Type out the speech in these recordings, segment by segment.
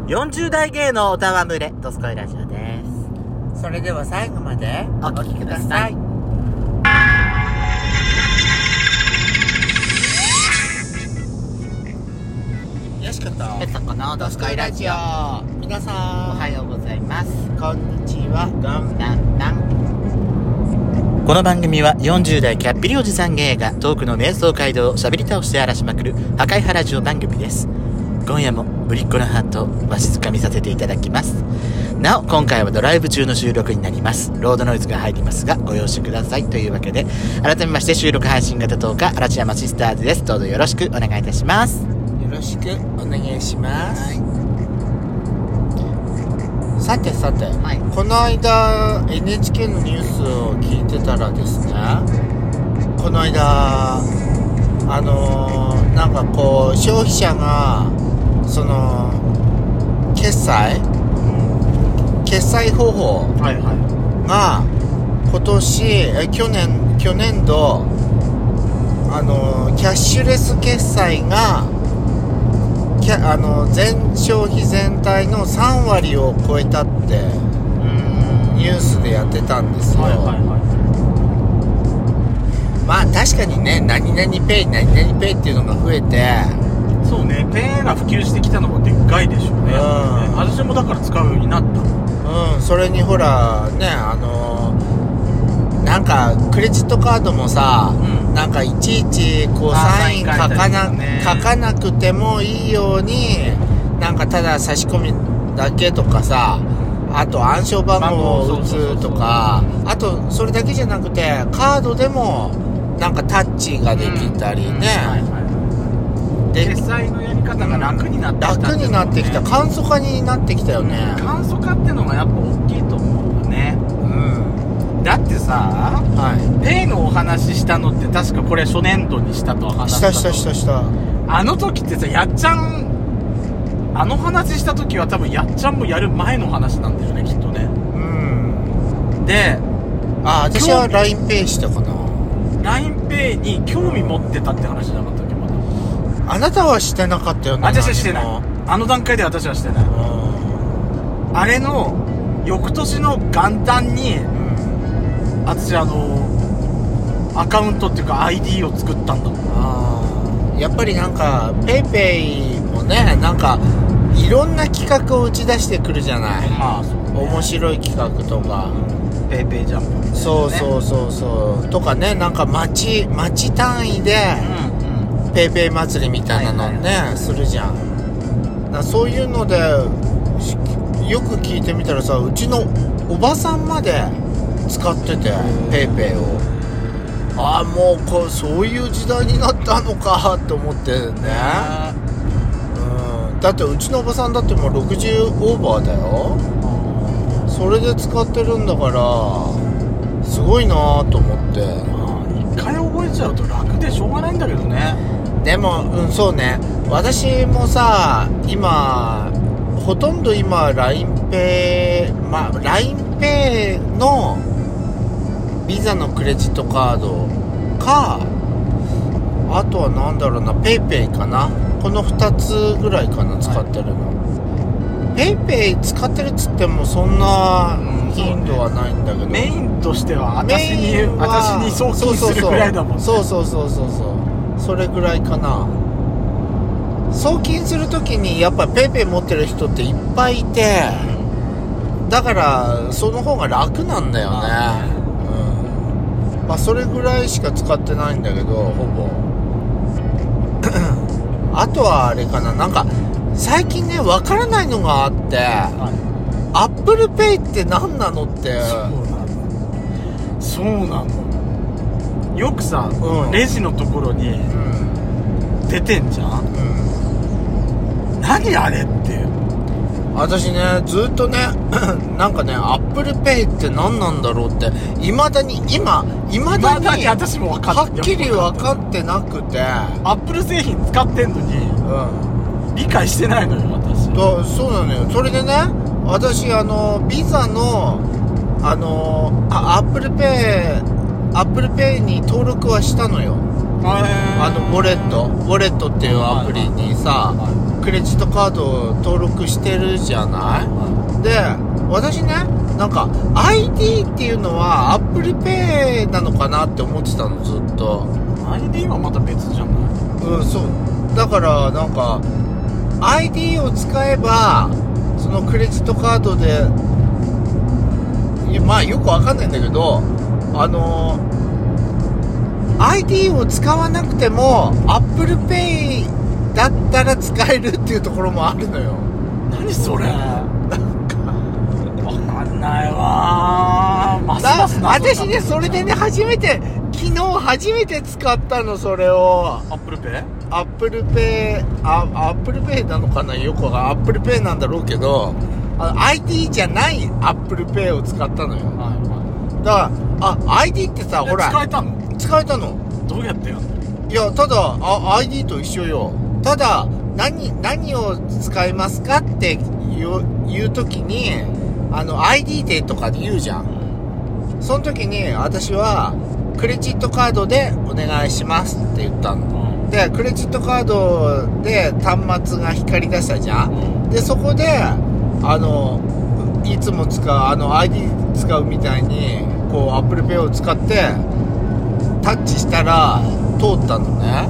40代芸のおたわむれドスコイラジオです。 それでは最後までお聞きください。 よしことペソコのドスコイラジオ、 皆さんおはようございます。 こんにちは。 だんだん。この番組は40代キャッピリおじさん芸がトークの瞑想街道を喋り倒して荒らしまくる破壊派ラジオ番組です。今夜もぶりっ子のハートをわしづかみさせていただきます。なお今回はドライブ中の収録になります。ロードノイズが入りますがご容赦ください。というわけで改めまして収録配信型10日嵐山シスターズです。どうぞよろしくお願いいたします。 よろしくお願いします、さて、 はい、 この間 NHK のニュースを聞いてたらですね、この間なんかこう消費者がその決済方法が今年去年度キャッシュレス決済が全消費全体の3割を超えたってニュースでやってたんですよ。まあ確かにね、何々ペイっていうのが増えて、 そうね、ペイが普及してきたのがでっかいでしょうね。私もだから使うようになった。 それにほらね、なんかクレジットカードもさ、なんかいちいちこうサイン書かなくてもいいように、なんかただ差し込みだけとかさ、あと暗証番号を打つとか、あとそれだけじゃなくてカードでもなんかタッチができたりね、 で決済のやり方が楽になってきた、 簡素化になってきたよね。 簡素化ってのがやっぱ大きいと思うよね。だってさ、ペイのお話したのって確かこれ初年度にしたと話したしたあの時ってさ、やっちゃんあの話した時は多分やっちゃんもやる前の話なんだよね、きっとね。で、 私は LINEPay したかな。 LINEPay に興味持ってたって話じゃなかったっけ。まだあなたはしてなかったよね。 私はしてない。あの段階で私はしてない。あれの翌年の元旦に、私アカウントっていうか ID を作ったんだもん。 やっぱりなんか PayPay もね、なんかいろんな企画を打ち出してくるじゃない。そうね、面白い企画とか、 PayPay ジャンプ、ね、 そうとかね、なんか町単位で PayPay 祭りみたいなのね、するじゃん。そういうのでよく聞いてみたらさ、うちのおばさんまで使ってて PayPay を。もうそういう時代になったのかと思ってね。だってうちのおばさんだってもう60オーバーだよ。それで使ってるんだからすごいなと思って。 一回覚えちゃうと楽でしょうがないんだけどね。 でもそうね、私もさ、今ほとんどLINEPay、LINEPay のビザのクレジットカードか、あとはなんだろうな、PayPay かな。この2つぐらいかな、使ってるの。PayPay 使ってるっつってもそんな頻度はないんだけど、 メインとしては私に送金するぐらいだもんね。そうそれぐらいかな。送金するときにやっぱ PayPay 持ってる人っていっぱいいて、だからその方が楽なんだよね。それぐらいしか使ってないんだけど、ほぼあとはあれかな、なんか最近ね、わからないのがあって、Apple Pay って何なのって。 そうなのよくさ、レジのところに出てんじゃん、何あれっていう。 私ね、ずっとねなんかね、Apple Pay って何なんだろうって未だに私もはっきり分かってなくて、 Apple 製品使ってんのに、理解してないのよ私。 そうなのよ。それでね、私ビザのApple Pay に登録はしたのよ。ウォレットっていうアプリにさ、 クレジットカードを登録してるじゃない、で私ねなんか ID っていうのは Apple Pay なのかなって思ってたのずっと。 ID はまた別じゃない？ うん、そうだからなんか ID を使えばそのクレジットカードで、いやまあよくわかんないんだけどID を使わなくても Apple Pay だったら使えるっていうところもあるのよ。 何それ？わかんないわー。ますます私ねそれでね昨日初めて使ったのそれを。 Apple Pay？ Apple Pay なのかな、よくわかんない。Apple Pay なんだろうけどID じゃない Apple Pay を使ったのよ。だからID ってさほら使えたの？ 使えたの。 どうやってやんの？ いやただID と一緒よ。ただ何を使いますかって言う時にID でとかで言うじゃん。その時に私はクレジットカードでお願いしますって言ったの。でクレジットカードで端末が光り出したじゃん。でそこでいつも使うID 使うみたいにこう Apple Pay を使ってタッチしたら通ったのね。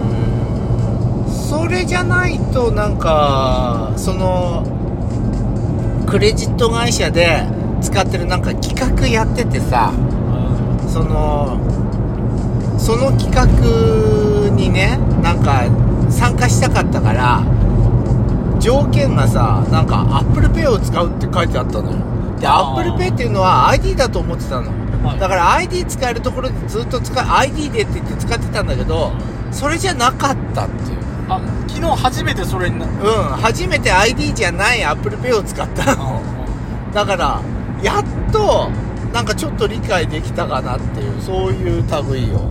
それじゃないとなんかそのクレジット会社で使ってるなんか企画やっててさ、その企画にねなんか参加したかったから条件がさなんか Apple Pay を使うって書いてあったのよ。で Apple Pay っていうのは ID だと思ってたの。だから ID 使えるところでずっとID でって言って使ってたんだけどそれじゃなかったっていう。 昨日初めてそれに初めて ID じゃない Apple Pay を使ったの。だからやっとなんかちょっと理解できたかなっていうそういう類よ。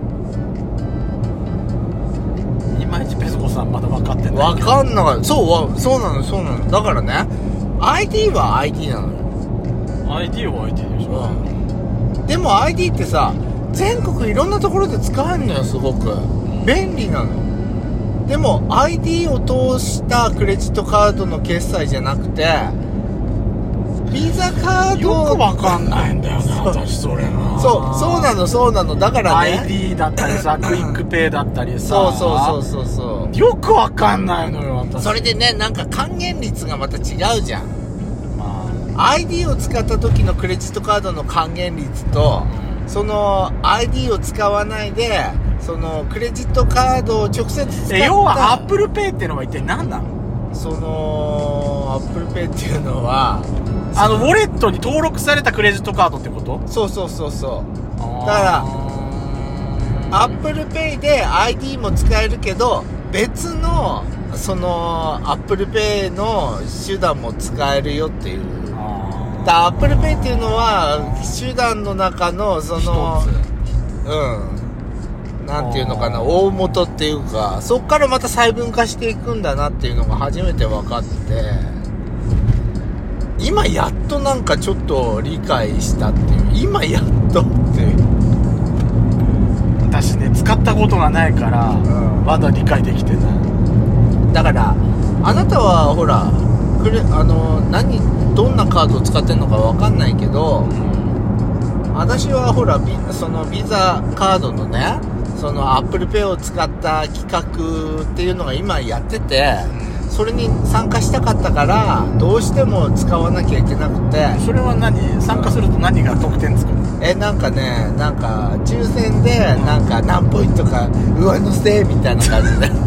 いまいちペソコさんまだ分かってない。 分かんなかった。そうなの。だからね ID は ID なのよ。 ID は ID でしょ、 でも ID ってさ全国いろんなところで使えるのよ。すごく便利なの。でも ID を通したクレジットカードの決済じゃなくてビザカードよくわかんないんだよね私それが。 そうなのだからね ID だったりさクイックペイだったりさそうよくわかんないのよ私。 それでねなんか還元率がまた違うじゃん。ID を使った時のクレジットカードの還元率と、その ID を使わないでそのクレジットカードを直接使った要は Apple Pay っていうのは一体何なの？ その Apple Pay っていうのはウォレットに登録されたクレジットカードってこと？ そうだから Apple Pay で ID も使えるけど別のその Apple Pay の手段も使えるよっていう。Apple Pay っていうのは手段の中のそのなんていうのかな大元っていうかそっからまた細分化していくんだなっていうのが初めて分かって今やっとなんかちょっと理解したっていう今やっとっていう。 私ね使ったことがないから、まだ理解できてない。 だからあなたはほらどんなカードを使ってんのか分かんないけど、私はほらそのビザカードのねその Apple Pay を使った企画っていうのが今やっててそれに参加したかったからどうしても使わなきゃいけなくて。 それは参加すると何が得点つくの？ なんかねなんか抽選でなんか何ポイントか上乗せみたいな感じで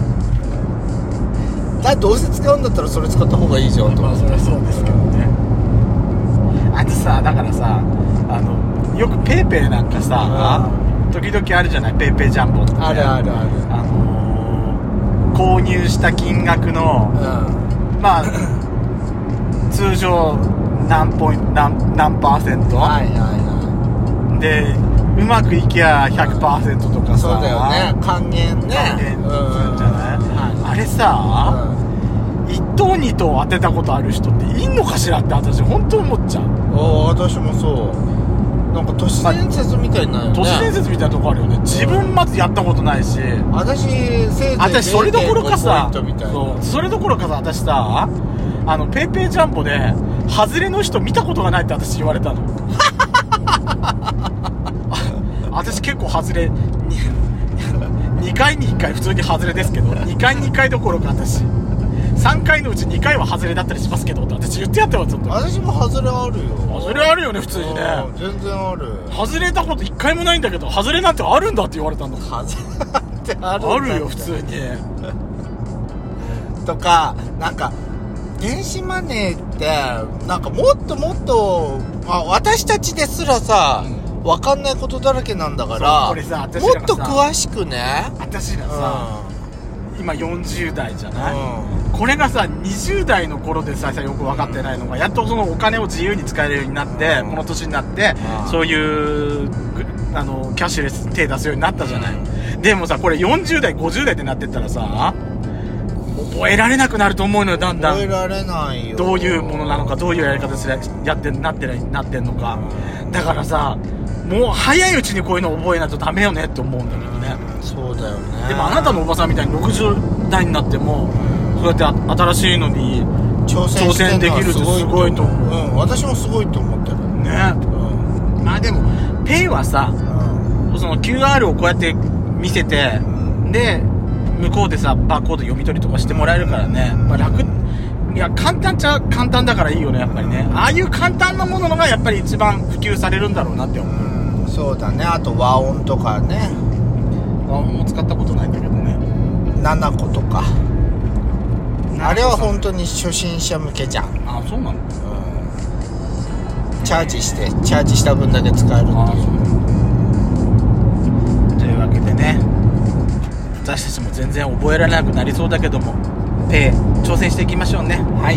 どうせ使うんだったらそれ使った方がいいじゃんと。 それはそうですけどね。あとさだからさよくペイペイなんかさ、時々あるじゃないペイペイジャンボって、ね、 ある購入した金額の、まあ通常何パーセント、でうまくいきゃ 100% とかさ。 そうだよね還元ね。 還元するんじゃない、あれさ、1等2等当てたことある人っていんのかしらって私本当に思っちゃう。 私もそうなんか都市伝説みたいになるよね。 都市伝説みたいなとこあるよね。自分まずやったことないし、 私せいぜい私それどころかさ、 0.5ポイントみたいな。 それどころかさ、私さ、ペイペイジャンボで外れの人見たことがないって私言われたの。私結構外れ2回に1回普通に外れですけど、2回に1回どころか私3回のうち2回は外れだったりしますけどって私言ってやったわ。ちょっと私も外れあるよ。 外れあるよね普通にね。 全然ある。 外れたこと1回もないんだけど、外れなんてあるんだって言われたの。 外れってあるんだ。 あるよ普通に。 とかなんか電子マネーってなんかもっともっと、私たちですらさ、分かんないことだらけなんだから、 これさ、私もらがさっと詳しくね。 私らさ、今40代じゃない、 うこれがさ20代の頃でさよく分かってないのが、やっとそのお金を自由に使えるようになって、この年になって、そういうキャッシュレス手出すようになったじゃない、でもさこれ40代50代ってなってったらさ覚えられなくなると思うのよ。だんだん覚えられないよ。 どういうものなのか、どういうやり方するなってんのか、だからさもう早いうちにこういうの覚えないとダメよねって思うんだけどね。 そうだよね。 でもあなたのおばさんみたいに60代になってもそうやって新しいのに挑戦できるってすごいと思う。 私もすごいと思ってるね。まあでもペイはさ、その QR をこうやって見せて、で向こうでさバーコード読み取りとかしてもらえるからね、楽。いや簡単っちゃ簡単だからいいよねやっぱりね。ああいう簡単なもののがやっぱり一番普及されるんだろうなって思う。 そうだね。あと和音とかね。 和音も使ったことないんだけどね。 7個とかあれは本当に初心者向けじゃん。 あ、そうなの。 チャージした分だけ使えるっていう。 というわけでね、私たちも全然覚えられなくなりそうだけども、ペイ挑戦していきましょうね。 はい。